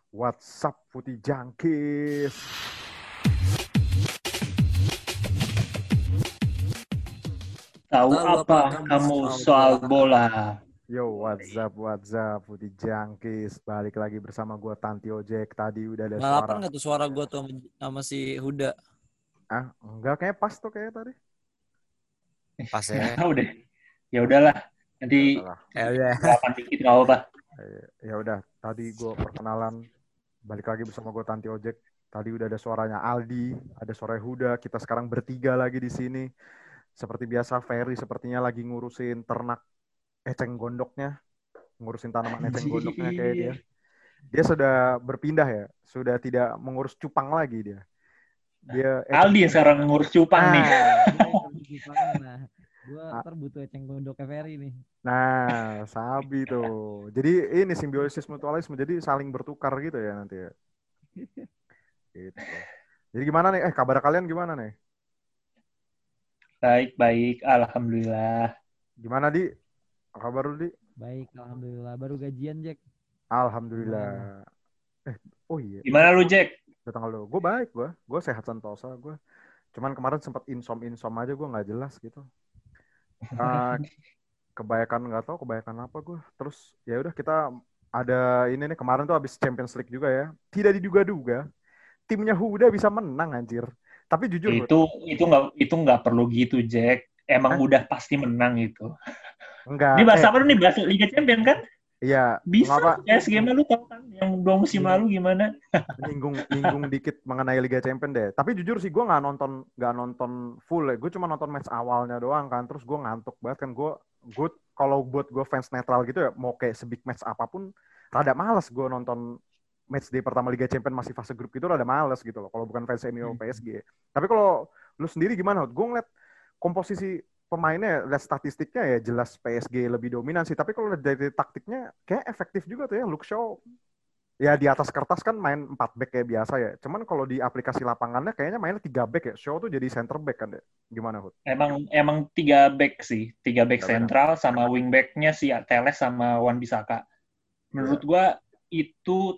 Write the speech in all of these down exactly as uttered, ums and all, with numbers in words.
What's up, Putih Jangkis? Tahu Tahu apa apa kamu kamu soal soal bola? bola? Yo, what's up, what's up, Putih Jangkis? Balik lagi bersama gue Tanti Ojek. Tadi udah ada Balapan suara. nggak tuh suara gue tuh sama, sama si Huda? Ah, enggak, kayak pas tuh kayak tadi. Pas Nggak ya. tahu deh. Ya Pas. udahlah. Nanti Ya udahlah. Ya udah. balapan dikit nggak apa-apa. Eh, Ya udah, tadi gue perkenalan. Balik lagi bersama gue Tanti Ojek. Tadi udah ada suaranya Aldi, ada suara Huda. Kita sekarang bertiga lagi di sini. Seperti biasa, Ferry sepertinya lagi ngurusin ternak eceng gondoknya, ngurusin tanaman eceng gondoknya kayak dia. Anjir. Dia sudah berpindah ya, sudah tidak mengurus cupang lagi dia. Dia eceng. Aldi yang sekarang ngurus cupang nih. Nah, Gue yang ngerti Jepangan nah. Gue ah, ntar butuh eceng gondok Ferry nih. nah, sabi tuh. Jadi ini simbiosis mutualisme, jadi saling bertukar gitu ya nanti ya. Gitu. Jadi gimana nih? Eh, kabar kalian gimana nih? Baik, baik. Alhamdulillah. Gimana di? Apa kabar lu di? Baik, alhamdulillah. Baru gajian Jack. Gimana? Alhamdulillah. Eh, oh iya, Gimana lu, Jack? udah tanggal lu. Gue baik, gue. Gue sehat sentosa, gue. Cuman kemarin sempat insom-insom aja, gue nggak jelas gitu. Ah, kebanyakan nggak tahu kebanyakan apa gue. Terus ya udah kita ada ini nih kemarin tuh habis Champions League juga ya. Tidak diduga-duga timnya Huda bisa menang anjir. Tapi jujur Hud, Itu itu nggak itu nggak perlu gitu, Jack. Emang eh udah pasti menang itu. enggak Ini bahasa eh apa nih? Bahasa Liga Champion kan? iya Bisa. ngapa C S G mah lu tahu kan yang dua musim nying- lalu gimana? nyinggung nyinggung dikit mengenai Liga Champions deh. Tapi jujur sih gue nggak nonton nggak nonton full ya. Gue cuma nonton match awalnya doang kan. Terus gue ngantuk banget kan gue gue kalau buat gue fans netral gitu ya mau kayak sebig match apapun rada males gue nonton match day pertama Liga Champions masih fase grup itu rada males gitu loh. Kalau bukan fans M U P S G. Tapi kalau lu sendiri gimana? Gue ngeliat komposisi pemainnya, lihat statistiknya ya jelas P S G lebih dominan sih. Tapi kalau lihat dari taktiknya kayak efektif juga tuh ya. Luke Shaw ya di atas kertas kan main empat back kayak biasa ya. Cuman kalau di aplikasi lapangannya kayaknya mainnya tiga back ya. Shaw tuh jadi center back kan ya. Gimana Hud? Emang emang tiga back sih, tiga back Tiga back kan? sentral sama wing backnya si Teles sama Wan Bisaka. Iya. Menurut gua itu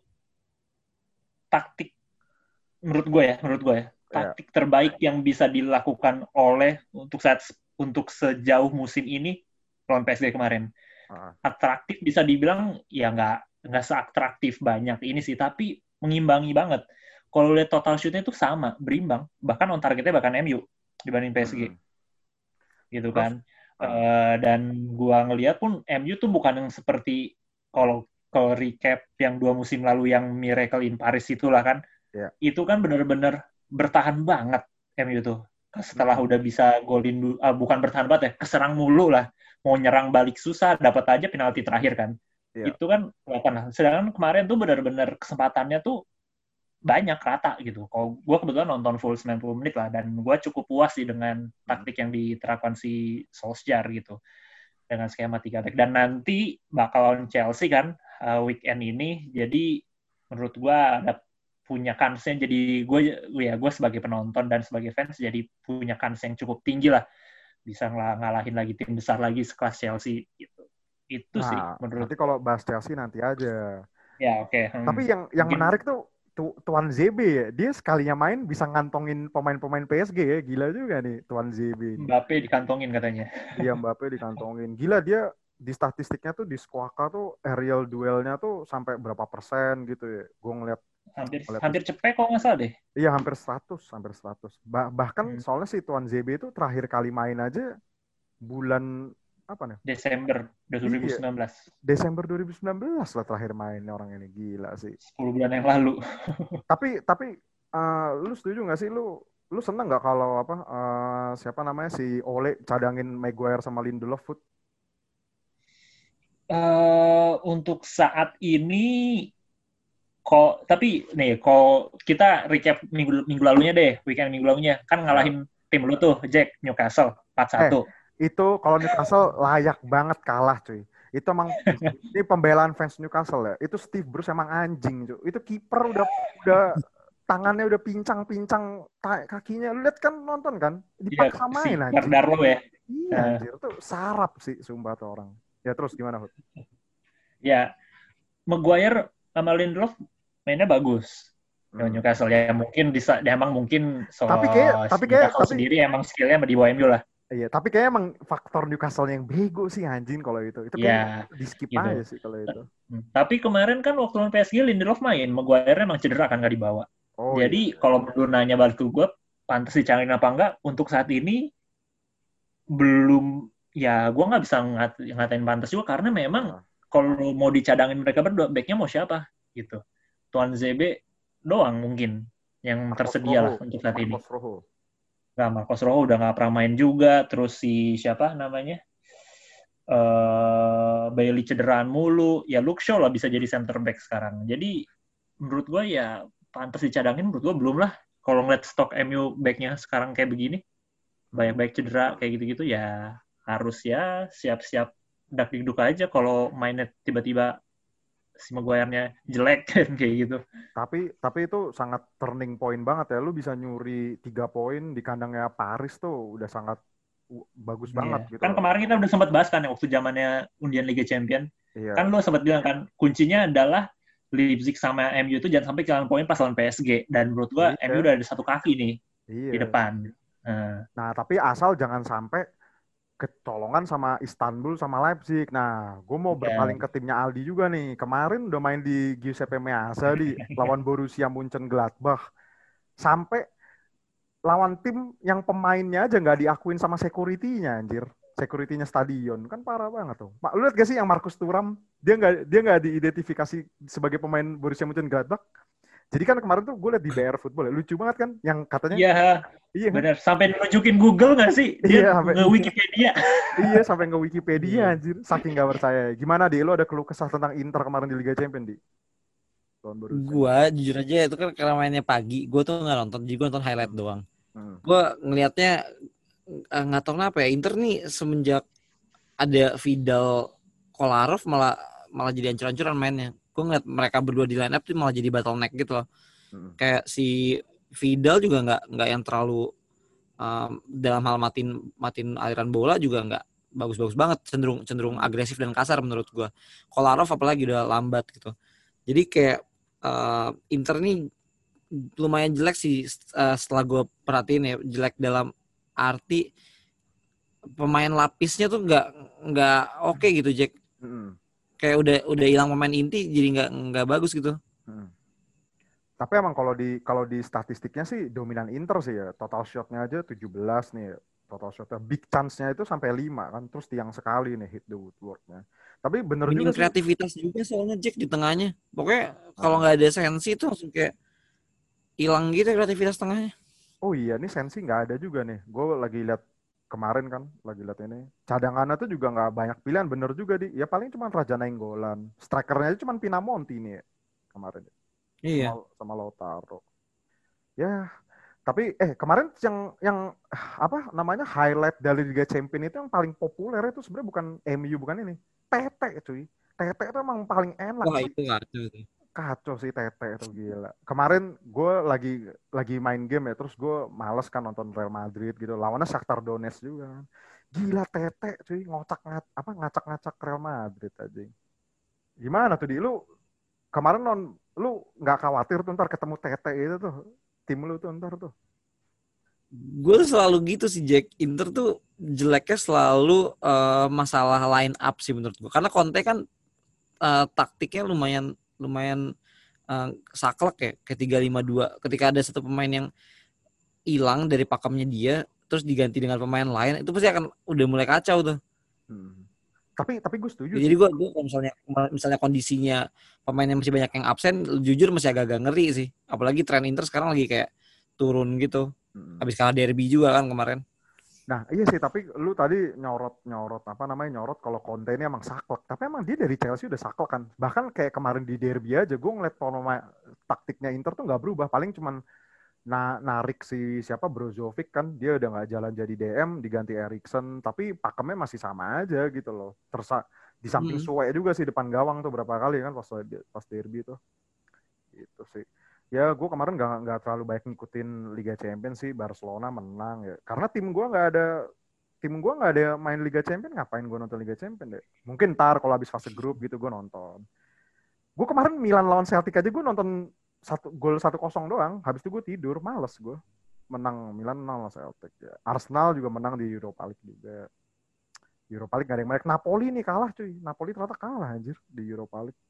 taktik, menurut gua ya, menurut gua ya, Iya. taktik terbaik yang bisa dilakukan oleh untuk saat untuk sejauh musim ini lawan P S G kemarin. Ah. Atraktif bisa dibilang ya nggak nggak seatraktif banyak ini sih, tapi mengimbangi banget. Kalau lihat total shootnya itu sama, berimbang, bahkan on targetnya bahkan M U dibanding P S G. Hmm. Gitu Terus? kan. Ah. Uh, dan gua ngelihat pun M U tuh bukan yang seperti kalau kalau recap yang dua musim lalu yang Miracle in Paris itulah kan. Iya. Itu kan benar-benar bertahan banget M U tuh. Setelah Hmm. udah bisa golin dulu, uh, bukan bertahan banget ya, keserang mulu lah. Mau nyerang balik susah, dapat aja penalti terakhir kan. Iya. Itu kan kelihatan lah. Sedangkan kemarin tuh benar-benar kesempatannya tuh banyak rata gitu. Kalau gue kebetulan nonton full sembilan puluh menit lah, dan gue cukup puas sih dengan taktik yang diterapkan si Solskjaer gitu. Dengan skema tiga back. Dan nanti bakal lawan Chelsea kan, uh, weekend ini. Jadi menurut gue ada punya kansnya. Jadi gue ya gue sebagai penonton dan sebagai fans jadi punya kans yang cukup tinggi lah. Bisa ng- ngalahin lagi tim besar lagi sekelas Chelsea gitu. Itu sih Nah, menurut nanti gue. kalau bahas Chelsea nanti aja. Ya oke. Okay. Hmm. Tapi yang yang Mungkin menarik tuh tu, Tuan Z B ya. Dia sekalinya main bisa ngantongin pemain-pemain P S G ya. Gila juga nih Tuan Z B ini. Mbappe dikantongin katanya. Iya Mbappe dikantongin. Gila dia di statistiknya tuh di Squawka tuh aerial duelnya tuh sampai berapa persen gitu ya. Gue ngeliat, hampir ngeliat hampir cepet kok nggak salah deh. iya hampir seratus, hampir seratus. Bah, bahkan Hmm. soalnya si Tuan Z B itu terakhir kali main aja bulan apa nih? Desember dua ribu Iya, sembilan belas. Desember dua ribu sembilan belas lah terakhir main orang ini. Gila sih. sepuluh bulan yang lalu. Tapi tapi uh, lu setuju nggak sih lu lu seneng nggak kalau apa uh, siapa namanya si Ole cadangin Maguire sama Lindelof? Foot? Uh, untuk saat ini kok tapi nih kalau kita recap minggu minggu lalunya deh, weekend minggu lalunya kan Ya. ngalahin tim lu tuh Jack Newcastle empat Eh, satu. itu kalau Newcastle layak banget kalah cuy. Itu emang ini pembelaan fans Newcastle ya. Itu Steve Bruce emang anjing cuy. Itu kiper udah udah tangannya udah pincang-pincang kakinya. Lu lihat kan nonton kan? Iya, Dipaksa si main anjing. Dardarlo ya. Iya Uh, anjir tuh sarap sih sumpah tuh orang. Ya terus gimana Hud? ya Maguire sama Lindelof mainnya bagus. Hmm. Newcastle ya mungkin bisa, ya emang mungkin so, Tapi kayak, tapi kayak, Newcastle tapi, sendiri emang skillnya di bawah M U lah. iya, tapi kayak emang faktor Newcastle yang bego sih anjing kalau itu. Itu Ya, kayak di skip gitu. aja sih kalau itu. Hmm. Tapi kemarin kan waktu lawan P S G Lindelof main, Maguire emang cedera kan nggak dibawa. Oh Jadi iya. kalau menurut nanya balik ke gue, pantas dicariin apa enggak? Untuk saat ini belum, ya gue nggak bisa ngat, ngatain pantas juga karena memang Nah, kalau mau dicadangin mereka berdua, backnya mau siapa gitu. Tuan Zebe doang mungkin yang Marcos tersedia Rojo. lah untuk saat ini. Marcos Rojo. Nah, Marcos Rojo udah nggak pernah main juga. Terus si siapa namanya? Uh, Bailey cederaan mulu. Ya Luke Shaw lah bisa jadi center back sekarang. Jadi menurut gue ya pantas dicadangin. Menurut gue belum lah. Kalau ngeliat stok M U backnya sekarang kayak begini, banyak-banyak cedera kayak gitu-gitu ya harus ya siap-siap dak-dikduk aja kalau mainnya tiba-tiba si Maguire-nya jelek kan kayak gitu. Tapi tapi itu sangat turning point banget ya. Lu bisa nyuri tiga poin di kandangnya Paris tuh udah sangat uh, bagus banget Iya. gitu Kan loh. kemarin kita udah sempat bahas kan ya waktu zamannya undian Liga Champion. Iya. Kan lu sempat bilang kan kuncinya adalah Leipzig sama M U itu jangan sampai kehilangan poin pas lawan P S G. Dan menurut gua Iya. M U udah ada satu kaki nih Iya. di depan. Nah, Nah, tapi asal jangan sampai kecolongan sama Istanbul sama Leipzig. Nah, gue mau ya. berpaling ke timnya Aldi juga nih. Kemarin udah main di Giuseppe Meazza di lawan Borussia Mönchengladbach. Sampai lawan tim yang pemainnya aja nggak diakuin sama security-nya, anjir. Security-nya stadion. Kan parah banget tuh. Pak, lu lihat gak sih yang Marcus Thuram? Dia nggak dia nggak diidentifikasi sebagai pemain Borussia Mönchengladbach. Jadi kan kemarin tuh gue liat di B R Football ya. Lucu banget kan yang katanya. Iya, Iya kan? benar. Sampai nunjukin Google nggak sih? Dia Iya, sampai nge-Wikipedia. Iya, sampai nge Wikipedia Iya. anjir. Saking gak percaya. Gimana, Di? Lo ada keluh kesah tentang Inter kemarin di Liga Champions, Di? Lawan Borussia. Gua jujur aja itu kan karena mainnya pagi, gua tuh nggak nonton, jadi gua nonton highlight doang. Hmm. Gua ngelihatnya nggak tahu kenapa ya, Inter nih semenjak ada Vidal Kolarov malah malah jadi ancur-ancuran mainnya. Gua ngeliat mereka berdua di line up tuh malah jadi bottleneck gitu loh. Hmm. Kayak si Vidal juga nggak nggak yang terlalu um, dalam hal matiin matiin aliran bola juga nggak bagus-bagus banget, cenderung cenderung agresif dan kasar menurut gua. Kolarov apalagi udah lambat gitu. Jadi kayak uh, Inter nih lumayan jelek sih uh, setelah gue perhatiin ya, jelek dalam arti pemain lapisnya tuh nggak nggak oke okay gitu, Jack. Mm. Kayak udah udah hilang pemain inti, jadi nggak nggak bagus gitu. Mm. Tapi emang kalau di kalau di statistiknya sih dominan Inter sih ya. Total shotnya aja tujuh belas nih. Total shotnya big chance-nya itu sampai lima kan. Terus tiang sekali nih hit the woodwork-nya. Tapi bener Minim juga kreativitas sih. juga soalnya Jack di tengahnya. Pokoknya kalau nggak ada Sensi itu langsung kayak hilang gitu kreativitas tengahnya. Oh iya, nih Sensi nggak ada juga nih. Gue lagi lihat kemarin kan, lagi lihat ini. Cadangannya tuh juga nggak banyak pilihan, bener juga di. Ya paling cuma Raja Nainggolan. Strikernya cuma Pinamonti nih kemarin. Iya. Sama, sama Lautaro. Ya, tapi eh kemarin yang yang apa namanya highlight dari Liga Champions itu yang paling populer itu sebenarnya bukan M U, bukan ini. Tete cuy. Tete itu emang paling enak. Wah, itu kacau sih. Kacau sih Tete itu gila. Kemarin gue lagi lagi main game ya, terus gue males kan nonton Real Madrid gitu. Lawannya Shakhtar Donetsk juga kan. Gila Tete cuy, ngocak ngat apa ngacak-ngacak Real Madrid aja. Gimana tuh di lu kemarin non lu nggak khawatir tuh ntar ketemu Tete itu tuh tim lu tuh ntar tuh? Gue selalu gitu sih Jack. Inter tuh jeleknya selalu uh, masalah line up sih menurut gue. Karena Conte kan uh, taktiknya lumayan lumayan uh, saklek ya, kayak tiga lima dua. Ketika ada satu pemain yang hilang dari pakemnya dia, terus diganti dengan pemain lain, itu pasti akan udah mulai kacau tuh. Hmm. Tapi tapi gue setuju. Jadi gue gue misalnya misalnya kondisinya pemain yang masih banyak yang absen, jujur masih agak-agak ngeri sih. Apalagi tren Inter sekarang lagi kayak turun gitu. Hmm. Habis kalah derby juga kan kemarin. Nah iya sih, tapi lu tadi nyorot nyorot apa namanya nyorot kalau Conte ini emang saklek, tapi emang dia dari Chelsea udah saklek kan. Bahkan kayak kemarin di derby aja gue ngeliat forma taktiknya Inter tuh nggak berubah, paling cuman na narik si siapa Brozovic kan, dia udah nggak jalan jadi D M, diganti Eriksen, tapi pakemnya masih sama aja gitu loh. Tersa di samping hmm. Suwe juga sih depan gawang tuh berapa kali kan pas pas derby tuh. Gitu sih. Ya gue kemarin gak, gak terlalu baik ngikutin Liga Champions sih. Barcelona menang ya. Karena tim gue gak ada tim gue gak ada main Liga Champions, ngapain gue nonton Liga Champions deh. Mungkin ntar kalau habis fase grup gitu gue nonton. Gue kemarin Milan lawan Celtic aja gue nonton satu gol satu kosong doang. Habis itu gue tidur, males gue. Menang Milan menang lawan Celtic ya. Arsenal juga menang di Europa League juga. Europa League gak ada yang menarik. Napoli nih kalah cuy. Napoli ternyata kalah anjir di Europa League.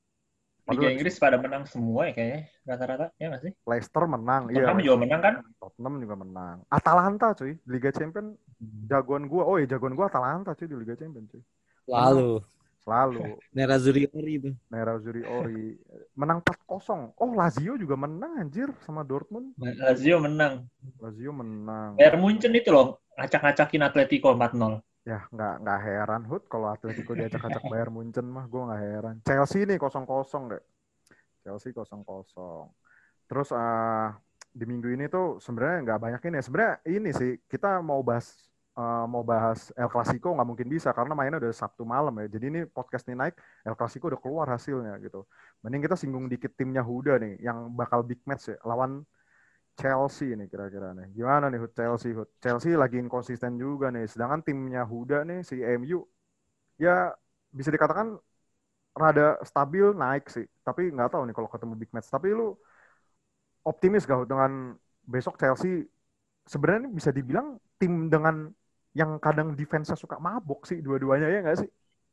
Liga Inggris pada menang semua ya kayaknya rata-rata ya nggak sih? Leicester menang, iya. Tottenham juga menang kan? Tottenham juga menang. Atalanta cuy, Liga Champion jagoan gua. Oh ya jagoan gua Atalanta cuy di Liga Champion cuy. Selalu. Selalu. Nerazzurri Ori itu. Nerazzurri Ori. Menang empat kosong. Oh Lazio juga menang anjir sama Dortmund. Lazio menang. Lazio menang. Bayern Munchen itu loh, ngacak-ngacakin Atletico empat nol. Ya nggak nggak heran Hud kalau Atletico diacak-acak Bayern Munchen mah gue nggak heran. Chelsea nih kosong kosong deh. Chelsea kosong kosong. Terus uh, di minggu ini tuh sebenarnya nggak banyak ini. Sebenarnya ini sih kita mau bahas uh, mau bahas El Clasico nggak mungkin bisa karena mainnya udah Sabtu malam ya. Jadi ini podcast nih naik El Clasico udah keluar hasilnya gitu. Mending kita singgung dikit timnya Huda nih yang bakal big match ya lawan Chelsea nih kira-kira nih. Gimana nih Hud Chelsea Hud? Chelsea lagi inkonsisten juga nih. Sedangkan timnya Huda nih si M U ya bisa dikatakan rada stabil naik sih. Tapi nggak tahu nih kalau ketemu big match. Tapi lu optimis gak Hud dengan besok Chelsea? Sebenarnya bisa dibilang tim dengan yang kadang defense-nya suka mabok sih dua-duanya ya nggak sih?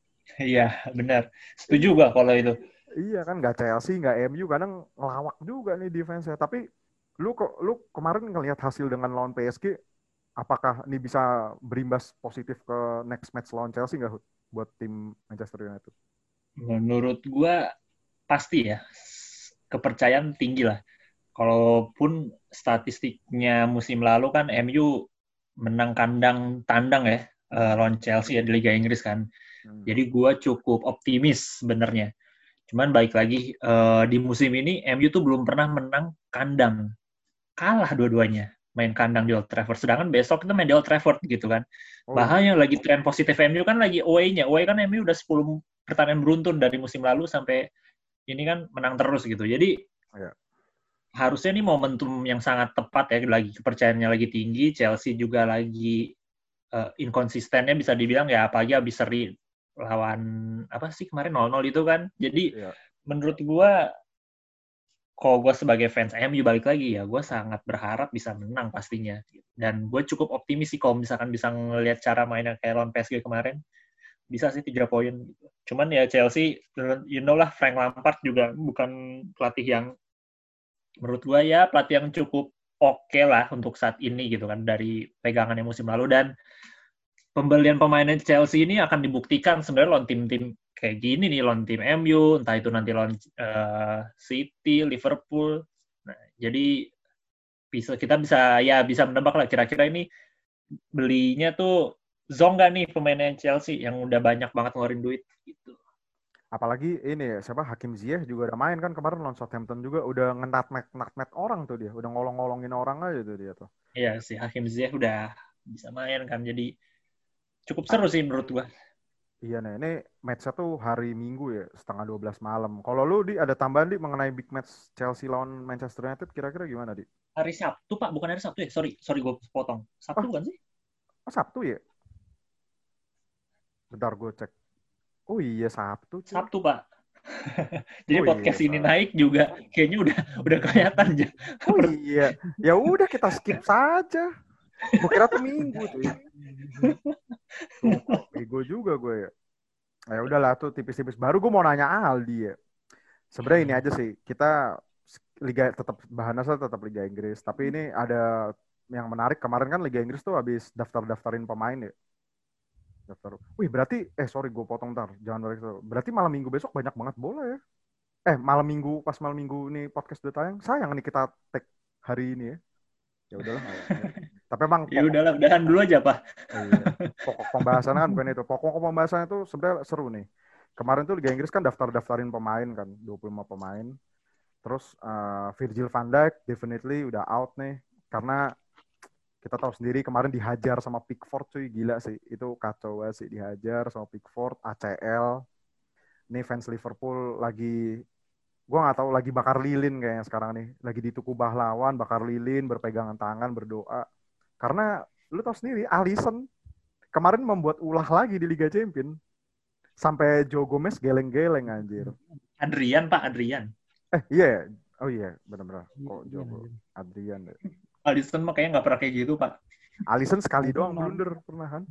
Iya benar. Setuju gak kalau itu? Iya kan nggak Chelsea nggak M U kadang ngelawak juga nih defense-nya. Tapi lu kok lu kemarin ngelihat hasil dengan lawan P S G, apakah ini bisa berimbas positif ke next match lawan Chelsea nggak buat tim Manchester United? Menurut gua pasti ya, kepercayaan tinggi lah. Kalaupun statistiknya musim lalu kan M U menang kandang tandang ya uh, lawan Chelsea ya di Liga Inggris kan. Hmm. Jadi gua cukup optimis sebenarnya. Cuman baik lagi uh, di musim ini M U tuh belum pernah menang kandang. Kalah dua-duanya main kandang di Old Trafford. Sedangkan besok itu main di Old Trafford gitu kan. Oh, bahaya iya. Lagi tren positif M U kan lagi away-nya. Away kan M U udah sepuluh pertandingan beruntun dari musim lalu sampai ini kan menang terus gitu. Jadi yeah. Harusnya ini momentum yang sangat tepat ya. Lagi kepercayaannya lagi tinggi. Chelsea juga lagi uh, inkonsistennya bisa dibilang ya apalagi habis seri lawan apa sih kemarin nol nol itu kan. Jadi yeah. Menurut gua kalau gue sebagai fans M U balik lagi ya, gue sangat berharap bisa menang pastinya. Dan gue cukup optimis sih kalau misalkan bisa ngelihat cara mainnya kayak lawan P S G kemarin, bisa sih tiga poin. Cuman ya Chelsea, you know lah Frank Lampard juga bukan pelatih yang, menurut gue ya pelatih yang cukup oke okay lah untuk saat ini gitu kan, dari pegangannya musim lalu. Dan pembelian pemainnya Chelsea ini akan dibuktikan sebenarnya lawan tim-tim kayak gini nih, lawan tim M U, entah itu nanti lawan uh, City, Liverpool. Nah, jadi bisa kita bisa ya bisa menebak lah kira-kira ini belinya tuh zong nggak nih pemainnya Chelsea yang udah banyak banget ngeluarin duit gitu. Apalagi ini ya, siapa Hakim Ziyech juga udah main kan kemarin lawan Southampton juga udah ngenat-nat orang tuh dia, udah ngolong-ngolongin orang aja tuh dia tuh. Iya si Hakim Ziyech udah bisa main kan, jadi cukup seru sih menurut gua. Iya nih, ini match-nya tuh hari Minggu ya, setengah dua belas malam. Kalau lu, Di, ada tambahan, Di, mengenai big match Chelsea lawan Manchester United, kira-kira gimana, Di? Hari Sabtu, Pak. Bukan hari Sabtu ya? Sorry, sorry gue potong. Sabtu oh. Bukan sih? Oh, Sabtu ya? Bentar, gue cek. Oh iya, Sabtu. Cuy. Sabtu, Pak. Jadi oh, podcast iya, ini Pak. Naik juga, kayaknya udah udah kelihatan aja. Oh iya, ya udah kita skip saja. Gue kira tuh Minggu tuh. Ego juga gue ya. Ya udahlah tuh tipis-tipis. Baru gue mau nanya Aldi ya. Sebenarnya ini aja sih. Kita liga tetap bahannya tetap Liga Inggris. Tapi ini ada yang menarik. Kemarin kan Liga Inggris tuh habis daftar-daftarin pemain ya. Daftar. Wih berarti eh sorry gue potong ntar. Jangan balik. Berarti malam Minggu besok banyak banget bola ya. Eh malam Minggu pas malam Minggu nih podcast udah tayang. Sayang nih kita tag hari ini ya. Ya udahlah. Tapi emang ya udahlah, udahan dulu aja, Pak. Iya. Pokok pembahasan kan bukan itu. Pokok pembahasannya itu sebenarnya seru nih. Kemarin tuh Liga Inggris kan daftar-daftarin pemain kan, dua puluh lima pemain. Terus uh, Virgil van Dijk definitely udah out nih karena kita tahu sendiri kemarin dihajar sama Pickford cuy, gila sih. Itu kacau banget sih dihajar sama Pickford, A C L. Nih fans Liverpool lagi gue nggak tahu lagi bakar lilin kayaknya sekarang nih, lagi di tuku pahlawan, bakar lilin, berpegangan tangan, berdoa. Karena lu tahu sendiri, Alisson kemarin membuat ulah lagi di Liga Champions, sampai Joe Gomez geleng-geleng anjir. Adrian, Pak, Adrian. Eh, iya yeah. Oh iya, yeah. benar-benar. Kok Joko Adrian deh. Alisson mah kayaknya nggak pernah kayak gitu, Pak. Alisson sekali doang blunder pernah kan?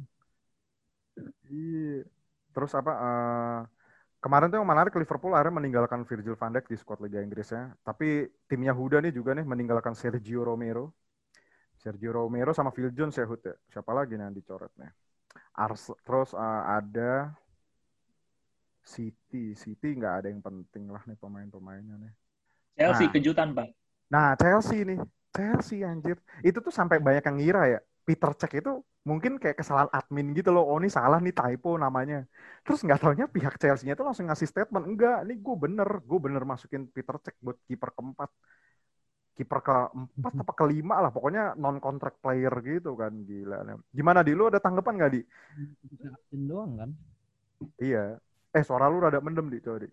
Iya. Terus apa? Uh, kemarin tuh yang menarik, Liverpool akhirnya meninggalkan Virgil van Dijk di skuad Liga Inggrisnya. Tapi timnya Huda nih juga nih meninggalkan Sergio Romero. Sergio Romero sama Phil Jones ya, Hud ya. Siapa lagi nih yang dicoret nih? Ars, terus uh, ada City. City nggak ada yang penting lah nih pemain-pemainnya nih. Chelsea nah, kejutan, Pak. Nah, Chelsea nih. Chelsea anjir. Itu tuh sampai banyak yang ngira ya. Peter Cech itu mungkin kayak kesalahan admin gitu loh. Oh, ini salah nih, typo namanya. Terus nggak taunya pihak Chelsea-nya tuh langsung ngasih statement. Enggak, ini gue bener. Gue bener masukin Peter Cech buat kiper keempat. Kiper keempat apa kelima lah. Pokoknya non-contract player gitu kan. Gila. Gimana, Di? Lu ada tanggapan nggak, Di? Admin doang kan? Iya. Eh, suara lu rada mendem, Di. Coba, Di.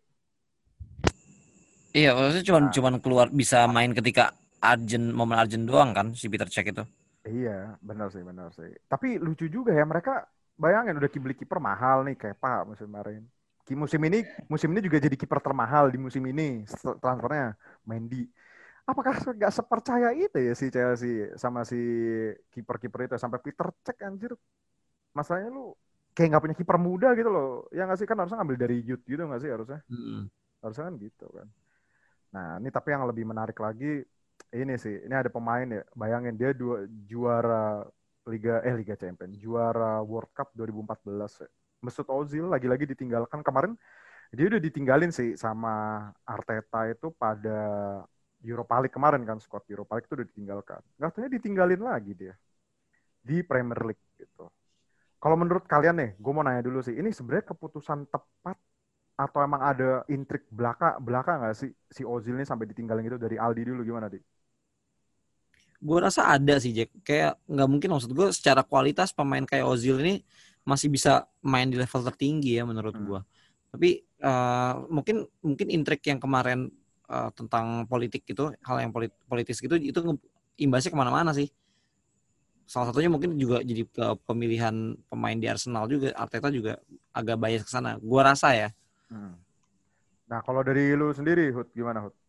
Iya, maksudnya cuman nah. cuman keluar bisa main ketika urgent, momen urgent doang kan si Peter Cech itu. Iya, benar sih, benar sih. Tapi lucu juga ya, mereka bayangin udah beli kiper mahal nih kayak Pak musim kemarin. Musim ini musim ini juga jadi kiper termahal di musim ini transfernya Mendy. Apakah nggak sepercaya itu ya si Chelsea sama si kiper-kiper itu sampai Peter Cech anjir. Masalahnya lu kayak nggak punya kiper muda gitu loh. Ya nggak sih, kan harusnya ngambil dari youth gitu nggak sih harusnya? Hmm. Harusnya kan gitu kan. Nah, ini tapi yang lebih menarik lagi, ini sih, ini ada pemain ya, bayangin dia dua, juara Liga, eh Liga Champions, juara World Cup dua ribu empat belas ya. Mesut Ozil lagi-lagi ditinggalkan, kemarin dia udah ditinggalin sih sama Arteta itu pada Europa League kemarin kan, squad Europa League itu udah ditinggalkan. Nggak tahunya ditinggalin lagi dia, di Premier League gitu. Kalau menurut kalian nih, gue mau nanya dulu sih, ini sebenarnya keputusan tepat atau emang ada intrik belaka belaka nggak sih si Ozil ini sampai ditinggalin gitu? Dari Aldi dulu, gimana, Di? Gue rasa ada sih, Jack. Kayak nggak mungkin, maksud gue secara kualitas pemain kayak Ozil ini masih bisa main di level tertinggi ya menurut hmm. gue. Tapi uh, mungkin mungkin intrik yang kemarin uh, tentang politik itu, hal yang polit, politis gitu, itu imbasnya kemana-mana sih. Salah satunya mungkin juga jadi ke pemilihan pemain di Arsenal juga. Arteta juga agak bias ke sana. Gue rasa ya. Hmm. Nah, kalau dari lu sendiri, Hud, gimana, Hud?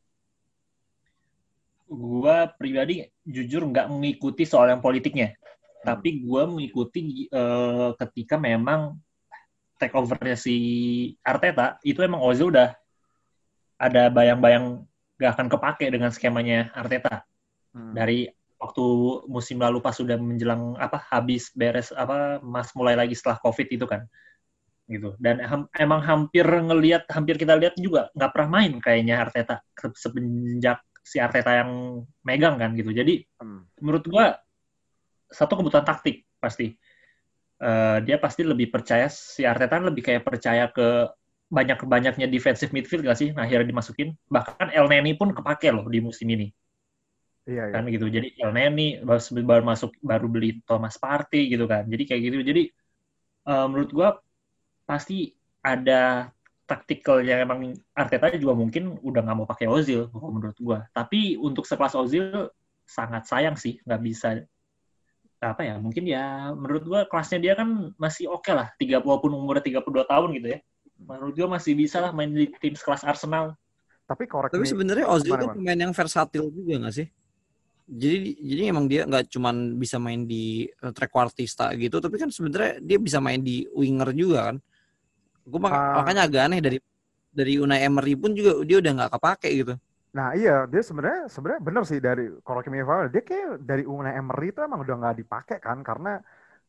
Gua pribadi jujur nggak mengikuti soal yang politiknya. Hmm. Tapi gua mengikuti uh, ketika memang take over-nya si Arteta, itu emang Ozil udah ada bayang-bayang nggak akan kepake dengan skemanya Arteta. Hmm. Dari waktu musim lalu pas sudah menjelang apa habis beres apa mas mulai lagi setelah COVID itu kan. Gitu. Dan ham, emang hampir ngelihat, hampir kita lihat juga nggak pernah main kayaknya Arteta semenjak si Arteta yang megang kan gitu. Jadi hmm. menurut gua satu kebutuhan taktik pasti. Uh, dia pasti lebih percaya, si Arteta lebih kayak percaya ke banyak-banyaknya defensive midfield nggak sih? Nah, akhirnya dimasukin. Bahkan El Neni pun kepake loh di musim ini. Iya, kan iya. Gitu. Jadi El Neni baru, baru masuk, baru beli Thomas Partey gitu kan. Jadi kayak gitu. Jadi uh, menurut gua pasti ada taktikal yang emang Arteta juga mungkin udah nggak mau pakai Ozil menurut gue. Tapi untuk sekelas Ozil sangat sayang sih nggak bisa apa ya, mungkin ya menurut gue kelasnya dia kan masih oke okay lah, tiga puluh walaupun umurnya tiga puluh dua tahun gitu ya. Menurut gue masih bisa lah main di tim sekelas Arsenal. Tapi korek Tapi sebenarnya Ozil itu pemain yang versatil juga nggak sih? Jadi jadi emang dia nggak cuman bisa main di trequartista gitu, tapi kan sebenarnya dia bisa main di winger juga kan. Gue mak- uh, makanya agak aneh dari dari Unai Emery pun juga dia udah nggak kepake gitu. Nah iya, dia sebenarnya sebenarnya benar sih dari Korokimi Fawal, dia kayak dari Unai Emery itu emang udah nggak dipakai kan, karena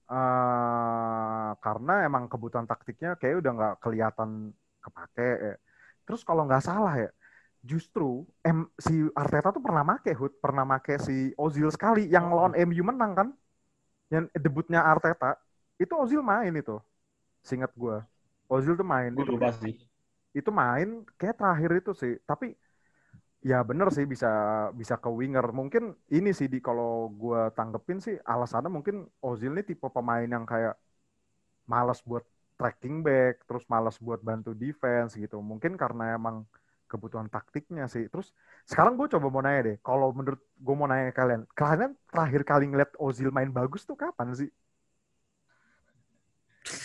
uh, karena emang kebutuhan taktiknya kayak udah nggak kelihatan kepake. Ya. Terus kalau nggak salah ya, justru M, si Arteta tuh pernah make Hud, pernah make si Ozil sekali yang lawan M U menang kan, yang debutnya Arteta itu Ozil main itu, seingat gue. Ozil tuh main itu, itu main kayak terakhir itu sih, tapi ya bener sih bisa bisa ke winger. Mungkin ini sih di kalau gue tanggepin sih alasannya mungkin Ozil ini tipe pemain yang kayak malas buat tracking back, terus malas buat bantu defense gitu. Mungkin karena emang kebutuhan taktiknya sih. Terus sekarang gue coba mau nanya deh, kalau menurut gue mau nanya kalian, kalian terakhir kali ngeliat Ozil main bagus tuh kapan sih?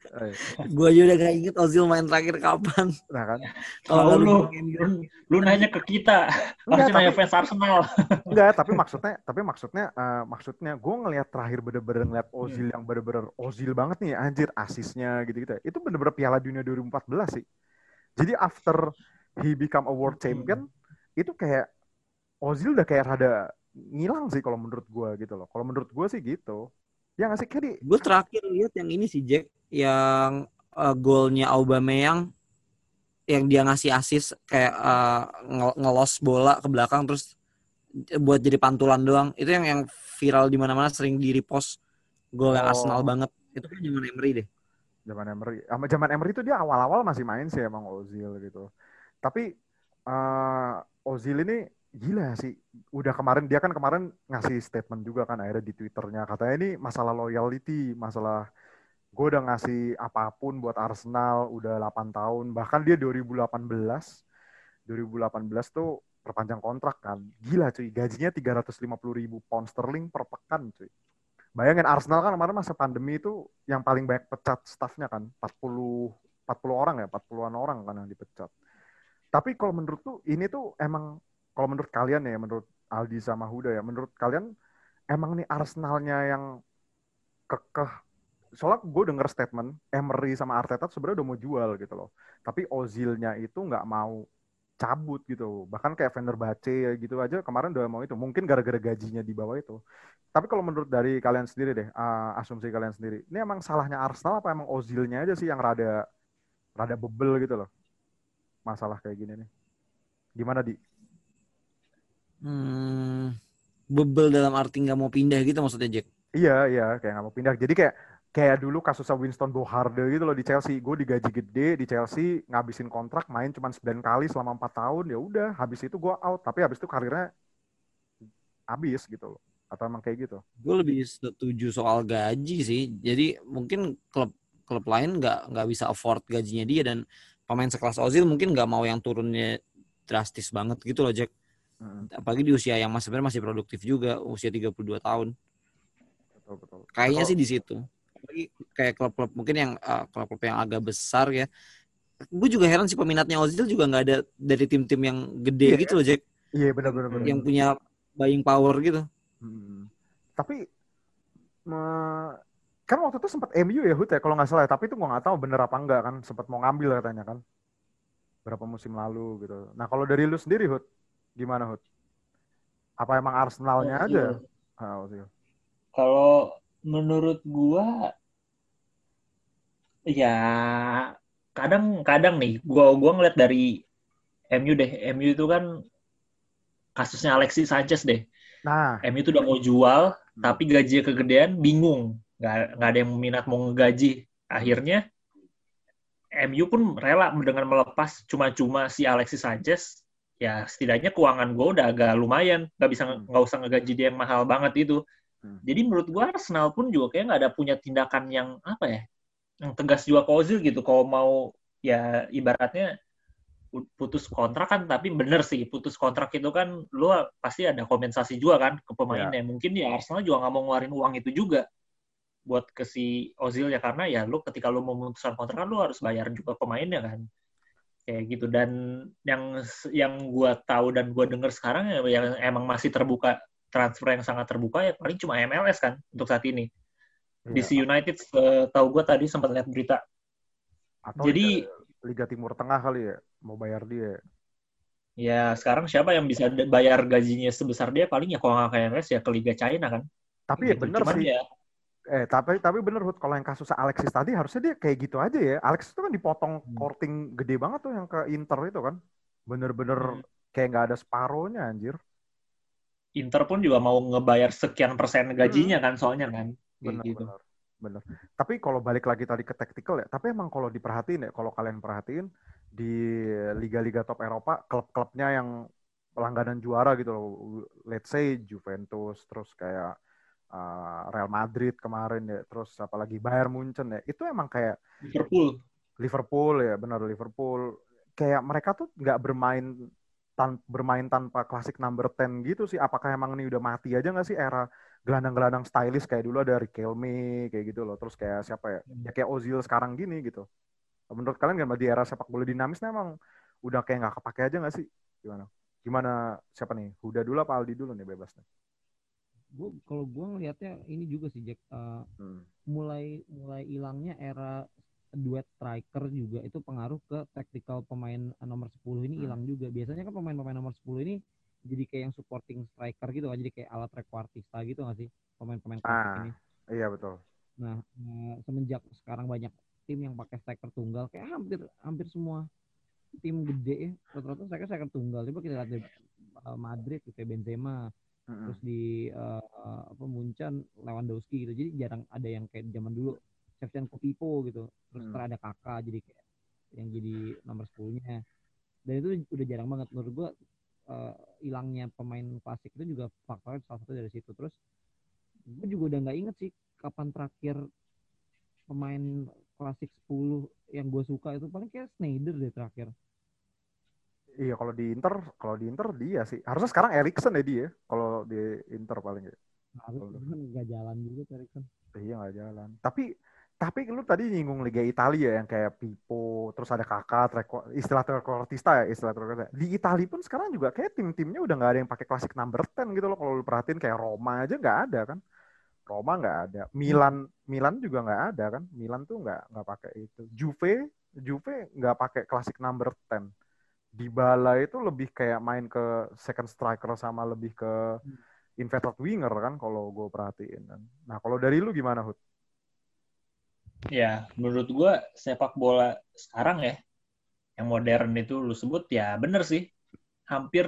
Gue aja udah gak inget Ozil main terakhir kapan. Nah kan. Kalau lu, lu, lu nanya ke kita, harusnya nanya fans Arsenal. Enggak, tapi maksudnya, tapi maksudnya, uh, maksudnya gue ngelihat terakhir bener-bener ngeliat Ozil hmm. yang bener-bener Ozil banget nih, anjir, asisnya gitu-gitu. Itu bener-bener Piala Dunia dua ribu empat belas sih. Jadi after he become a world champion, hmm. itu kayak Ozil udah kayak rada ngilang sih kalau menurut gue gitu loh. Kalau menurut gue sih gitu. Ya nggak sih, kayak di... Gue terakhir lihat yang ini sih, Jack, yang uh, golnya Aubameyang yang dia ngasih asis kayak uh, ngelos bola ke belakang terus buat jadi pantulan doang. Itu yang yang viral di mana-mana, sering di repost. Gol yang oh. Arsenal banget. Itu kan zaman Emery deh. Zaman Emery. Sama zaman Emery itu dia awal-awal masih main sih emang Ozil gitu. Tapi uh, Ozil ini gila sih. Udah kemarin dia kan kemarin ngasih statement juga kan akhirnya di Twitternya, katanya ini masalah loyalty, masalah gue udah ngasih apapun buat Arsenal udah delapan tahun. Bahkan dia dua ribu delapan belas tuh perpanjang kontrak kan. Gila cuy, gajinya tiga ratus lima puluh ribu pound sterling per pekan cuy. Bayangin Arsenal kan kemarin masa pandemi itu yang paling banyak pecat staffnya kan. empat puluh orang ya, empat puluhan orang kan yang dipecat. Tapi kalau menurut tuh ini tuh emang, kalau menurut kalian ya, menurut Aldi sama Huda ya, menurut kalian emang nih Arsenalnya yang kekeh. Soalnya gue denger statement Emery sama Arteta sebenarnya udah mau jual gitu loh. Tapi Ozilnya itu nggak mau cabut gitu. Bahkan kayak Fenerbahce gitu aja kemarin udah mau itu. Mungkin gara-gara gajinya di bawah itu. Tapi kalau menurut dari kalian sendiri deh, uh, asumsi kalian sendiri, ini emang salahnya Arsenal apa emang Ozilnya aja sih yang rada rada bebel gitu loh? Masalah kayak gini nih. Gimana, Di? Hmm, bebel dalam arti nggak mau pindah gitu maksudnya, Jack? Iya, iya, kayak nggak mau pindah. Jadi kayak kayak dulu kasusnya Winston Bogarde gitu loh di Chelsea. Gue digaji gede di Chelsea, ngabisin kontrak, main cuma sembilan kali selama empat tahun, ya udah, habis itu gue out. Tapi habis itu karirnya habis gitu loh. Atau emang kayak gitu? Gue lebih setuju soal gaji sih. Jadi mungkin klub klub lain nggak nggak bisa afford gajinya dia, dan pemain sekelas Ozil mungkin nggak mau yang turunnya drastis banget gitu loh, Jack. Hmm. Apalagi di usia yang masih sebenarnya masih produktif juga, usia tiga puluh dua tahun. Betul, betul. Kayaknya betul. sih di situ. Apalagi kayak klub-klub mungkin yang uh, klub-klub yang agak besar ya. Gue juga heran sih peminatnya Ozil juga nggak ada dari tim-tim yang gede yeah. gitu loh, Jack. Iya, yeah, benar-benar. Yang punya buying power gitu. Hmm. Tapi me... kan waktu itu sempat M U ya, Hud ya, kalau nggak salah. Tapi itu gue nggak tahu bener apa enggak kan. Sempat mau ngambil katanya kan. Berapa musim lalu gitu. Nah kalau dari lu sendiri, Hud, gimana, Hud? Apa emang Arsenalnya Ozil aja? Ah, Ozil. Kalau menurut gua ya kadang-kadang nih gua gua ngeliat dari M U deh. M U itu kan kasusnya Alexis Sanchez deh. Nah, M U itu udah mau jual hmm. tapi gajinya kegedean, bingung. Nggak, nggak ada yang minat mau ngegaji. Akhirnya M U pun rela dengan melepas cuma-cuma si Alexis Sanchez. Ya setidaknya keuangan gua udah agak lumayan. Nggak bisa nggak hmm. usah ngegaji dia yang mahal banget itu. Hmm. Jadi menurut gue Arsenal pun juga kayak nggak ada punya tindakan yang apa ya, yang tegas juga ke Ozil gitu. Kalau mau ya ibaratnya putus kontrak kan, tapi bener sih putus kontrak itu kan lu pasti ada kompensasi juga kan ke pemainnya. Yeah. Mungkin ya Arsenal juga nggak mau ngeluarin uang itu juga buat ke si Ozil ya, karena ya lu ketika lu mau memutuskan kontrak kan lu harus bayar juga pemainnya kan. Kayak gitu. Dan yang yang gue tahu dan gue denger sekarang ya yang emang masih terbuka transfer yang sangat terbuka ya paling cuma M L S kan untuk saat ini. Iya. D C United uh, tahu gue tadi sempat lihat berita. Atau Jadi Liga, Liga Timur Tengah kali ya mau bayar dia. Ya sekarang siapa yang bisa bayar gajinya sebesar dia, paling ya kalau nggak ke M L S ya ke Liga China kan. Tapi gitu. Ya bener Cuman sih. Ya, eh tapi tapi bener Hud, kalau yang kasus Alexis tadi harusnya dia kayak gitu aja ya. Alexis itu kan dipotong hmm. korting gede banget tuh yang ke Inter itu kan. Bener-bener hmm. kayak nggak ada separohnya anjir. Inter pun juga mau ngebayar sekian persen gajinya hmm. kan soalnya kan. Benar, gitu. benar, benar. Tapi kalau balik lagi tadi ke taktikal ya, tapi emang kalau diperhatiin ya, kalau kalian perhatiin di liga-liga top Eropa, klub-klubnya yang pelangganan juara gitu loh, let's say Juventus, terus kayak uh, Real Madrid kemarin ya, terus apalagi Bayern Munchen ya, itu emang kayak Liverpool, Liverpool ya, benar Liverpool, kayak mereka tuh nggak bermain Tan, bermain tanpa klasik number ten gitu sih. Apakah emang ini udah mati aja nggak sih era gelandang-gelandang stylish kayak dulu ada Riquelme kayak gitu loh. Terus kayak siapa ya? Ya kayak Ozil sekarang gini gitu. Menurut kalian gimana di era sepak bola dinamisnya emang udah kayak nggak kepake aja nggak sih? Gimana? Gimana siapa nih? Huda dulu apa Aldi dulu nih bebasnya? Gue kalau gue ngelihatnya ini juga sih Jack, uh, hmm. mulai mulai hilangnya era duet striker juga itu pengaruh ke taktikal pemain nomor sepuluh ini hilang hmm. juga. Biasanya kan pemain-pemain nomor sepuluh ini jadi kayak yang supporting striker gitu kan, jadi kayak alat trequartista gitu nggak sih pemain-pemain klasik ah, ini. Iya betul. Nah uh, semenjak sekarang banyak tim yang pakai striker tunggal, kayak hampir hampir semua tim gede ya rata-rata striker striker tunggal. Coba kita lihat di uh, Madrid kayak Benzema, mm-hmm. terus di uh, apa Munchen Lewandowski gitu. Jadi jarang ada yang kayak zaman dulu Shevchenko Pipo gitu. Terus mm. ada Kakak jadi kayak yang jadi nomor sepuluh-nya. Dan itu udah jarang banget menurut gua. Uh, hilangnya pemain klasik itu juga faktornya salah satu dari situ. Terus gue juga udah nggak inget sih kapan terakhir pemain klasik sepuluh yang gue suka itu paling kayak Sneijder deh terakhir. Iya kalau di Inter, kalau di Inter dia sih. Harusnya sekarang Eriksen ya dia. Kalau di Inter paling ya. Harus nggak jalan juga Eriksen. Iya nggak jalan. Tapi tapi lu tadi nyinggung Liga Italia yang kayak Pipo, terus ada Kakak, istilah trequartista ya, istilah trequartista. Di Italia pun sekarang juga kayak tim-timnya udah nggak ada yang pakai klasik number sepuluh gitu loh. Kalau lu perhatiin kayak Roma aja nggak ada kan. Roma nggak ada. Milan, hmm. Milan juga nggak ada kan. Milan tuh nggak nggak pakai itu. Juve, Juve nggak pakai klasik number sepuluh. Dybala itu lebih kayak main ke second striker sama lebih ke inverted winger kan kalau gue perhatiin. Nah kalau dari lu gimana Hud? Ya menurut gue sepak bola sekarang ya yang modern itu lu sebut ya bener sih. Hampir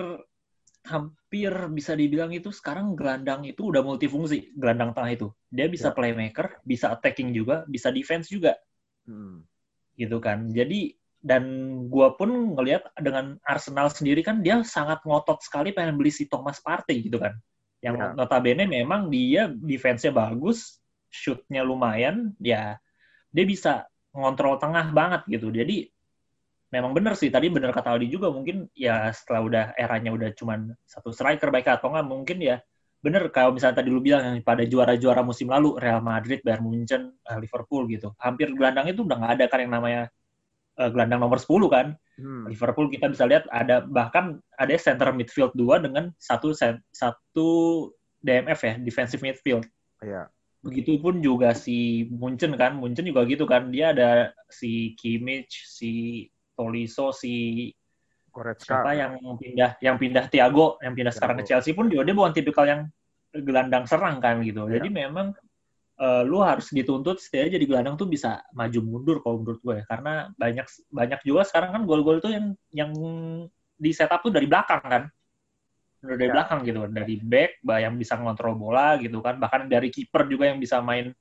hampir bisa dibilang itu sekarang gelandang itu udah multifungsi. Gelandang tengah itu dia bisa ya. Playmaker, bisa attacking juga, bisa defense juga. Hmm. Gitu kan. Jadi dan gue pun ngelihat dengan Arsenal sendiri kan dia sangat ngotot sekali pengen beli si Thomas Partey gitu kan. Yang yeah. notabene memang dia defense-nya bagus, shoot-nya lumayan, ya dia bisa ngontrol tengah banget gitu. Jadi memang benar sih, tadi benar kata Aldi juga mungkin ya setelah udah eranya udah cuman satu striker baik atau enggak mungkin ya bener kalau misalnya tadi lu bilang yang pada juara-juara musim lalu Real Madrid, Bayern Munchen, Liverpool gitu. Hampir gelandang itu udah nggak ada kan yang namanya gelandang nomor sepuluh kan. Hmm. Liverpool kita bisa lihat ada bahkan ada center midfield dua dengan satu satu D M F ya, defensive midfield. Iya. Begitupun juga si Munchen kan, Munchen juga gitu kan. Dia ada si Kimmich, si Tolisso, si Goretzka. Siapa yang pindah yang pindah Thiago, yang pindah Thiago. Sekarang ke Chelsea pun juga dia bukan tipikal yang gelandang serang kan gitu. Iya. Jadi memang Uh, lu harus dituntut setidaknya jadi gelandang tuh bisa maju mundur kalau menurut gue ya. Karena banyak banyak juga sekarang kan gol-gol tuh yang yang di setup tuh dari belakang kan. Dari ya. belakang gitu, dari back yang bisa ngontrol bola gitu kan. Bahkan dari kiper juga yang bisa main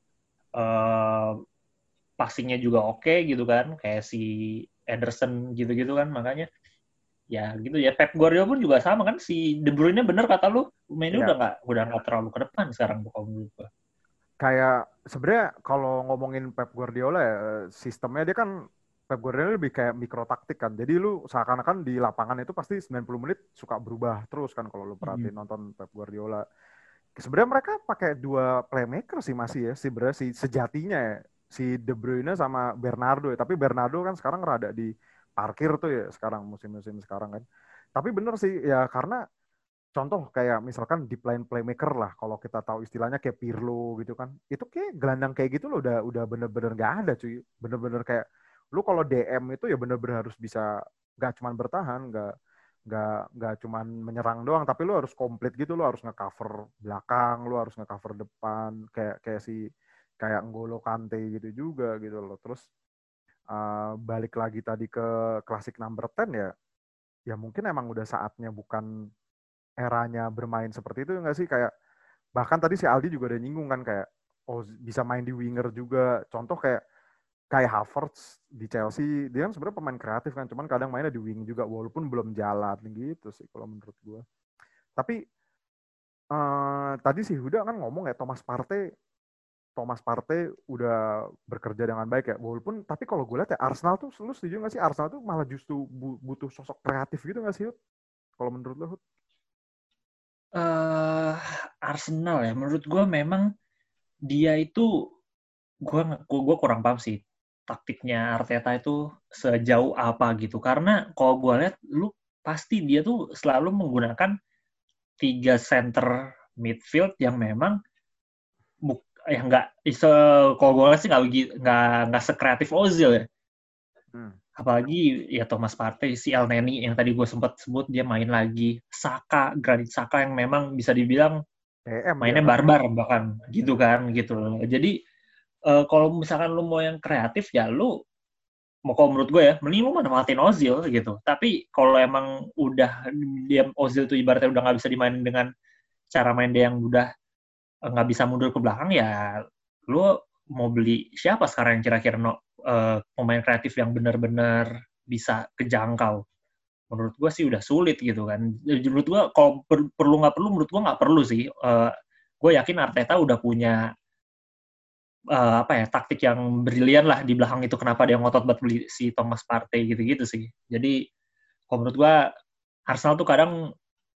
uh, passingnya juga oke okay, gitu kan. Kayak si Ederson gitu-gitu kan. Makanya ya gitu ya. Pep Guardiola pun juga sama kan. Si De Bruyne bener kata lu, mainnya ya. udah nggak udah nggak terlalu ke depan sekarang kalau menurut gue. Kayak sebenarnya kalau ngomongin Pep Guardiola ya sistemnya dia kan Pep Guardiola lebih kayak mikro taktik kan. Jadi lu seakan-akan di lapangan itu pasti sembilan puluh menit suka berubah terus kan kalau lu perhatiin hmm. nonton Pep Guardiola. Sebenarnya mereka pakai dua playmaker sih masih ya sebenarnya si sejatinya ya. Si De Bruyne sama Bernardo ya. Tapi Bernardo kan sekarang rada di parkir tuh ya sekarang musim-musim sekarang kan. Tapi bener sih ya karena contoh kayak misalkan deep line playmaker lah kalau kita tahu istilahnya kayak Pirlo gitu kan itu kayak gelandang kayak gitu loh udah udah bener-bener nggak ada cuy bener-bener kayak lu kalau D M itu ya bener-bener harus bisa nggak cuman bertahan nggak nggak nggak cuman menyerang doang tapi lu harus komplit gitu lu harus ngecover belakang lu harus ngecover depan kayak kayak si kayak N'Golo Kante gitu juga gitu loh terus uh, balik lagi tadi ke klasik number sepuluh ya ya mungkin emang udah saatnya bukan eranya bermain seperti itu nggak sih kayak bahkan tadi si Aldi juga udah nyinggung kan kayak oh bisa main di winger juga contoh kayak kayak Havertz di Chelsea dia kan sebenarnya pemain kreatif kan cuman kadang mainnya di wing juga walaupun belum jalan gitu sih kalau menurut gue tapi uh, tadi si Huda kan ngomong ya Thomas Partey Thomas Partey udah bekerja dengan baik ya walaupun tapi kalau gue lihat ya Arsenal tuh lu setuju nggak sih Arsenal tuh malah justru butuh sosok kreatif gitu nggak sih Hud kalau menurut lu Hud? Uh, Arsenal ya, menurut gue memang dia itu, gue gue kurang paham sih taktiknya Arteta itu sejauh apa gitu. Karena kalau gue lihat, lu pasti dia tuh selalu menggunakan tiga center midfield yang memang buk, ya nggak, kalau gue lihat sih nggak nggak nggak sekreatif Ozil ya. Hmm. Apalagi ya Thomas Partey, si El Neni yang tadi gue sempat sebut, dia main lagi. Saka, Granit Saka yang memang bisa dibilang P M mainnya dia, barbar kan? Bahkan gitu kan gitu. Jadi uh, kalau misalkan lu mau yang kreatif ya lu mau, kalau menurut gue ya mending lu manfaatin Ozil gitu. Tapi kalau emang udah dia Ozil tuh ibaratnya udah nggak bisa dimainin dengan cara main dia yang udah nggak bisa mundur ke belakang, ya lu mau beli siapa sekarang yang kira-kira no, uh, pemain kreatif yang benar-benar bisa kejangkau? Menurut gue sih udah sulit gitu kan. Menurut gue kalau per, perlu nggak perlu, menurut gue nggak perlu sih. Uh, gue yakin Arteta udah punya uh, apa ya taktik yang brilian lah di belakang itu. Kenapa dia ngotot buat beli si Thomas Partey gitu-gitu sih. Jadi kalau menurut gue Arsenal tuh kadang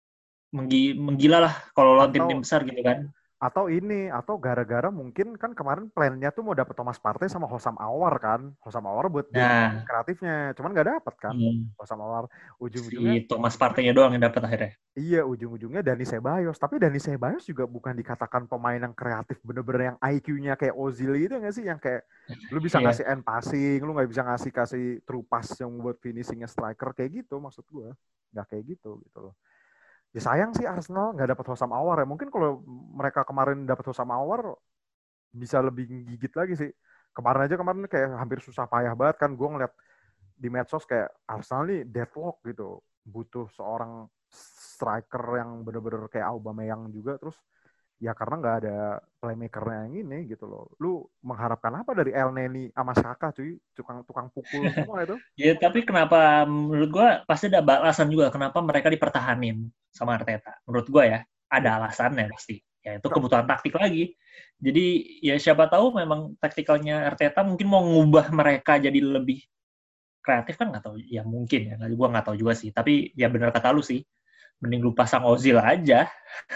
menggi, menggila lah kalau lawan tim-tim besar gitu kan. Atau ini, atau gara-gara mungkin kan kemarin plannya tuh mau dapet Thomas Partey sama Hosam Awar kan. Hosam Awar buat nah, kreatifnya. Cuman nggak dapet kan. Hmm. Hosam Awar. Ujung-ujungnya. Si Thomas Partey-nya doang yang dapet akhirnya. Iya, ujung-ujungnya Dani Ceballos. Tapi Dani Ceballos juga bukan dikatakan pemain yang kreatif. Bener-bener yang I Q-nya kayak Ozil gitu nggak sih? Yang kayak lu bisa ngasih end passing, lu nggak bisa ngasih kasih true pass yang buat finishingnya striker kayak gitu maksud gue. Nggak kayak gitu gitu loh. Ya sayang sih Arsenal nggak dapat Hosam Awar ya. Mungkin kalau mereka kemarin dapat Hosam Awar bisa lebih gigit lagi sih. Kemarin aja kemarin kayak hampir susah payah banget kan. Gue ngeliat di medsos kayak Arsenal nih deadlock gitu. Butuh seorang striker yang bener-bener kayak Aubameyang juga. Terus ya karena nggak ada playmakernya yang ini gitu loh. Lu mengharapkan apa dari El Neni sama Saka cuy? Tukang tukang pukul semua itu. Ya tapi kenapa menurut gue pasti ada alasan juga kenapa mereka dipertahanin sama Arteta. Menurut gue ya ada alasannya pasti. Ya itu kebutuhan taktik lagi. Jadi ya siapa tahu memang taktikalnya Arteta mungkin mau ngubah mereka jadi lebih kreatif kan, nggak tahu. Ya mungkin ya. Gue nggak tahu juga sih. Tapi ya benar kata lu sih. Mending lu pasang Ozil aja.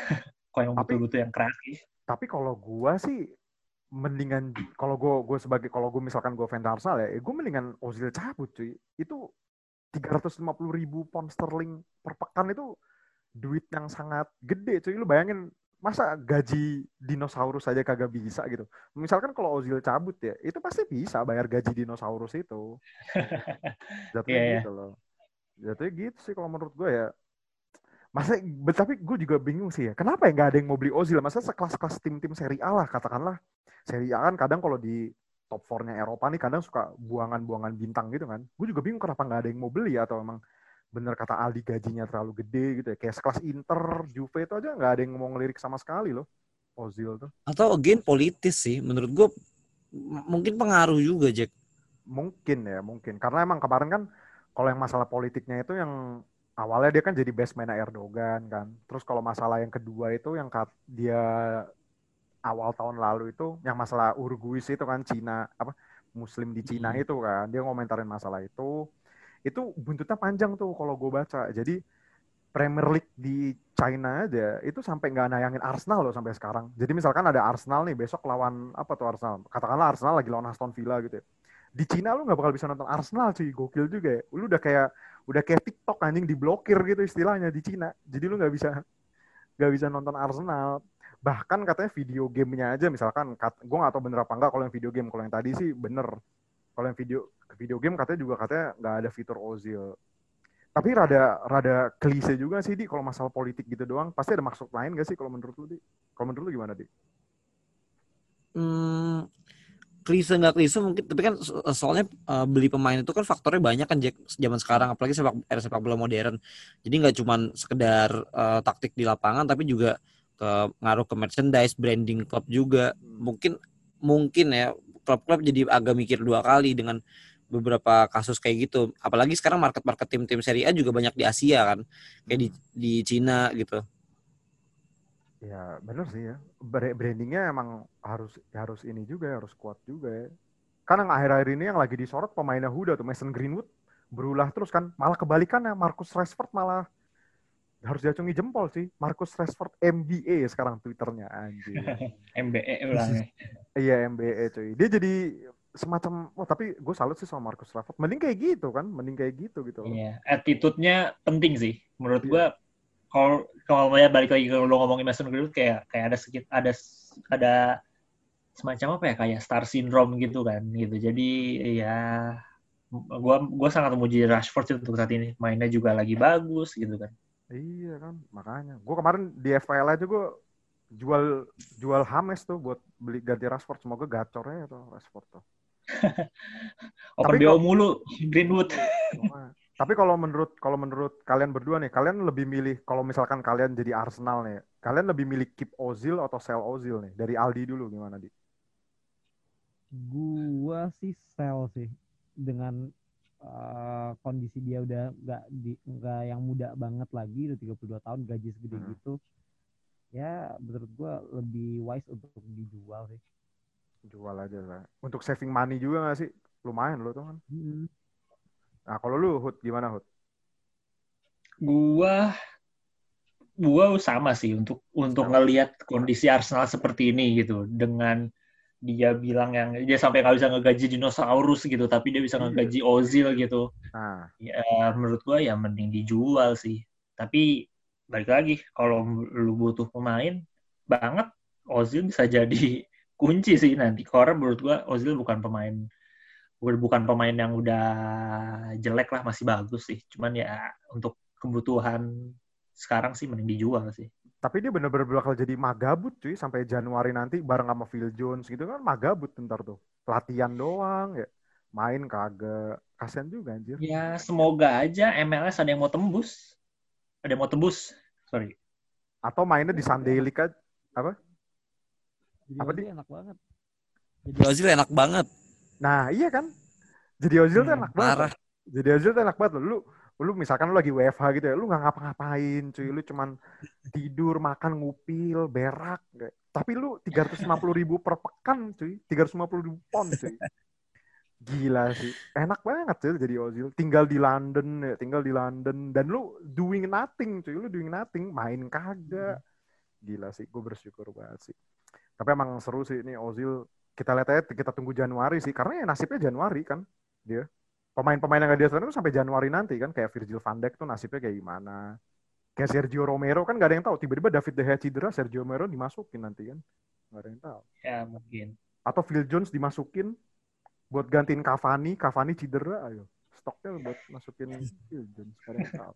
Kok yang betul-betul yang kreatif. Tapi kalau gue sih mendingan kalau gue gue sebagai kalau gue misalkan gue fans Arsenal ya, gue mendingan Ozil cabut cuy. Itu tiga ratus lima puluh ribu pound sterling per pekan itu duit yang sangat gede cuy. Lu bayangin masa gaji dinosaurus aja kagak bisa gitu. Misalkan kalau Ozil cabut ya, itu pasti bisa bayar gaji dinosaurus itu. Jatuhnya yeah, gitu loh. Jatuhnya gitu sih kalau menurut gue ya. Masa, tapi gue juga bingung sih ya. Kenapa ya nggak ada yang mau beli Ozil? Masa sekelas-kelas tim-tim Serie A lah katakanlah. Serie A kan kadang kalau di top four-nya Eropa nih kadang suka buangan-buangan bintang gitu kan. Gue juga bingung kenapa nggak ada yang mau beli atau emang bener kata Aldi gajinya terlalu gede gitu ya. Kayak sekelas Inter, Juve itu aja nggak ada yang mau ngelirik sama sekali loh. Ozil tuh. Atau again politis sih. Menurut gue mungkin pengaruh juga, Jack. Mungkin ya, mungkin. Karena emang kemarin kan kalau yang masalah politiknya itu yang awalnya dia kan jadi best man Erdogan kan. Terus kalau masalah yang kedua itu yang dia awal tahun lalu itu yang masalah Uruguay itu kan Cina apa Muslim di Cina hmm. itu kan dia ngomentarin masalah itu itu buntutnya panjang tuh kalau gue baca. Jadi Premier League di China aja itu sampai nggak nayangin Arsenal loh sampai sekarang. Jadi misalkan ada Arsenal nih besok lawan apa tuh Arsenal? Katakanlah Arsenal lagi lawan Aston Villa gitu ya. Di Cina lu nggak bakal bisa nonton Arsenal cuy, gokil juga ya. Lu udah kayak udah kayak TikTok anjing diblokir gitu istilahnya di Cina. Jadi lu nggak bisa nggak bisa nonton Arsenal. Bahkan katanya video gamenya aja misalkan, gue nggak tahu bener apa enggak kalau yang video game. Kalau yang tadi sih bener. Kalau yang video video game katanya juga katanya nggak ada fitur Ozil. Tapi rada rada klise juga sih di kalau masalah politik gitu doang. Pasti ada maksud lain gak sih kalau menurut lu di? Kalau menurut lu gimana di? Hmm, klise nggak klise mungkin, tapi kan soalnya uh, beli pemain itu kan faktornya banyak kan Jack zaman sekarang, apalagi sepak era sepak bola modern. Jadi nggak cuma sekedar uh, taktik di lapangan, tapi juga ke ngaruh ke merchandise, branding klub juga. Mungkin mungkin ya klub-klub jadi agak mikir dua kali dengan beberapa kasus kayak gitu. Apalagi sekarang market-market tim-tim Serie A juga banyak di Asia kan, kayak di di Cina gitu. Ya benar sih ya. Brandingnya emang harus harus ini juga, harus kuat juga ya. Karena akhir-akhir ini yang lagi disorot pemainnya Huda tuh Mason Greenwood berulah terus kan. Malah kebalikannya Marcus Rashford malah harus diacungi jempol sih. Marcus Rashford M B A sekarang Twitternya anjir. M B E bilangnya. Iya M B A cuy. Dia jadi semacam, wah tapi gue salut sih sama Marcus Rashford. Mending kayak gitu kan, mending kayak gitu gitu loh. Iya, attitude-nya penting sih. Menurut Iya. gua kalau kalau ya balik lagi kalau lo ngomongin Mason Greenwood kayak kayak ada sedikit ada ada semacam apa ya kayak star syndrome gitu kan gitu. Jadi ya gua gua sangat memuji Rashford untuk saat ini. Mainnya juga lagi bagus gitu kan. Iya kan, makanya. Gue kemarin di F P L aja gue jual jual Hames tuh buat beli ganti Rashford. Semoga gacornya tuh Rashford tuh. Open Tapi B O kok- mulu Greenwood. Cuma- Tapi kalau menurut kalau menurut kalian berdua nih, kalian lebih milih kalau misalkan kalian jadi Arsenal nih, kalian lebih milih keep Ozil atau sell Ozil nih? Dari Aldi dulu gimana, Di? Gua sih sell sih dengan eh, kondisi dia udah nggak di nggak yang muda banget lagi, udah tiga puluh dua tahun, gaji segede Hmm. gitu. Ya menurut gua lebih wise untuk dijual sih. Jual aja lah. Untuk saving money juga nggak sih? Lumayan loh tuh kan. Hmm. Nah kalau lu Hud gimana Hud? Gua gua sama sih untuk untuk Sell. ngelihat kondisi Arsenal seperti ini gitu dengan dia bilang yang dia sampai nggak bisa ngegaji dinosaurus gitu tapi dia bisa Iya. ngegaji Ozil gitu Nah, ya menurut gua ya mending dijual sih tapi balik lagi kalau lu butuh pemain banget Ozil bisa jadi kunci sih nanti karena menurut gua Ozil bukan pemain bukan pemain yang udah jelek lah masih bagus sih cuman ya untuk kebutuhan sekarang sih mending dijual sih. tapi dia bener-bener bakal jadi magabut cuy sampai Januari nanti bareng sama Phil Jones gitu kan magabut ntar tuh. Pelatihan doang ya. Main kagak. Kasian juga anjir. Ya semoga aja M L S ada yang mau tembus. Ada yang mau tembus. Sorry. Atau mainnya di Sunday League aja. Apa? Jadi Apa, Ozil Di? enak banget. Jadi Ozil enak banget. Nah iya kan. Jadi Ozil tuh Hmm, enak banget. parah. Loh. Jadi Ozil tuh enak banget loh. Lu, lu misalkan lu lagi W F H gitu ya. Lu gak ngapa-ngapain cuy. Lu cuman tidur, makan, ngupil, berak. Kayak. Tapi lu tiga ratus lima puluh ribu per pekan cuy. tiga ratus lima puluh ribu pound cuy. Gila sih. Enak banget cuy jadi Ozil. Tinggal di London ya. Tinggal di London. Dan lu doing nothing cuy. Lu doing nothing. Main kagak. Gila sih. Gue bersyukur banget sih. Tapi emang seru sih ini Ozil. Kita lihat aja kita tunggu Januari sih. Karena ya nasibnya Januari kan. Dia. Pemain-pemain yang gak dia itu sampai Januari nanti kan. Kayak Virgil van Dijk tuh nasibnya kayak gimana. Kayak Sergio Romero kan gak ada yang tahu. Tiba-tiba David De Gea cedera. Sergio Romero dimasukin nanti kan. Gak ada yang tahu. ya mungkin. Atau Phil Jones dimasukin. Buat gantiin Cavani. Cavani cedera. Ayo. Stoknya buat masukin Phil Jones. Gak ada yang tahu.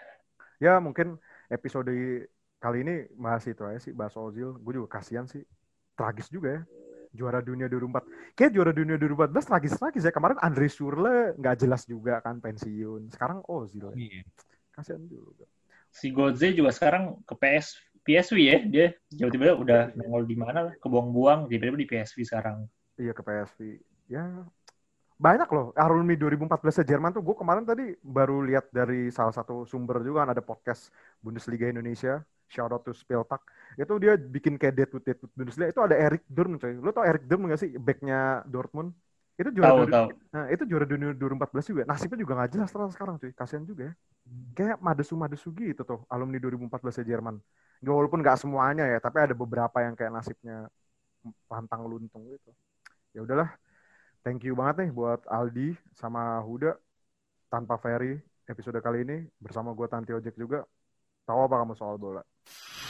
Ya mungkin episode kali ini bahas itu aja sih. Bahas Ozil. Gue juga kasihan sih. Tragis juga ya. Juara dunia dua ribu empat. Kayak juara dunia dua ribu empat belas tragis-tragis ya. Kemarin Andre Schürrle nggak jelas juga kan pensiun. Sekarang Ozil ya. Iya. Kasihan juga. Si Godze juga sekarang ke P S P S V ya. Dia tiba-tiba udah nongol di mana lah. Kebuang-buang. Tiba-tiba di P S V sekarang. Iya ke P S V. Ya banyak loh. Alumni dua ribu empat belas Jerman tuh gue kemarin tadi baru lihat dari salah satu sumber juga kan ada podcast Bundesliga Indonesia. Shout out to Spieltag. Itu dia bikin kayak Dead with Dead with Bundesliga. Itu ada Erik Durm coy. Lo tau Erik Durm gak sih? Backnya Dortmund. Itu juara Tahu, dua, tahu. Nah, itu juara dunia dua ribu empat belas juga. Nasibnya juga gak jelas terus sekarang cuy. Kasian juga ya. Kayak Madesu-Madesu gitu tuh. Alumni dua ribu empat belas Jerman. Gak, walaupun gak semuanya ya. Tapi ada beberapa yang kayak nasibnya pantang luntung gitu. Ya udahlah. Thank you banget nih buat Aldi sama Huda. Tanpa Ferry episode kali ini. Bersama gue Tanti Ojek juga. Tahu apa kamu soal bola?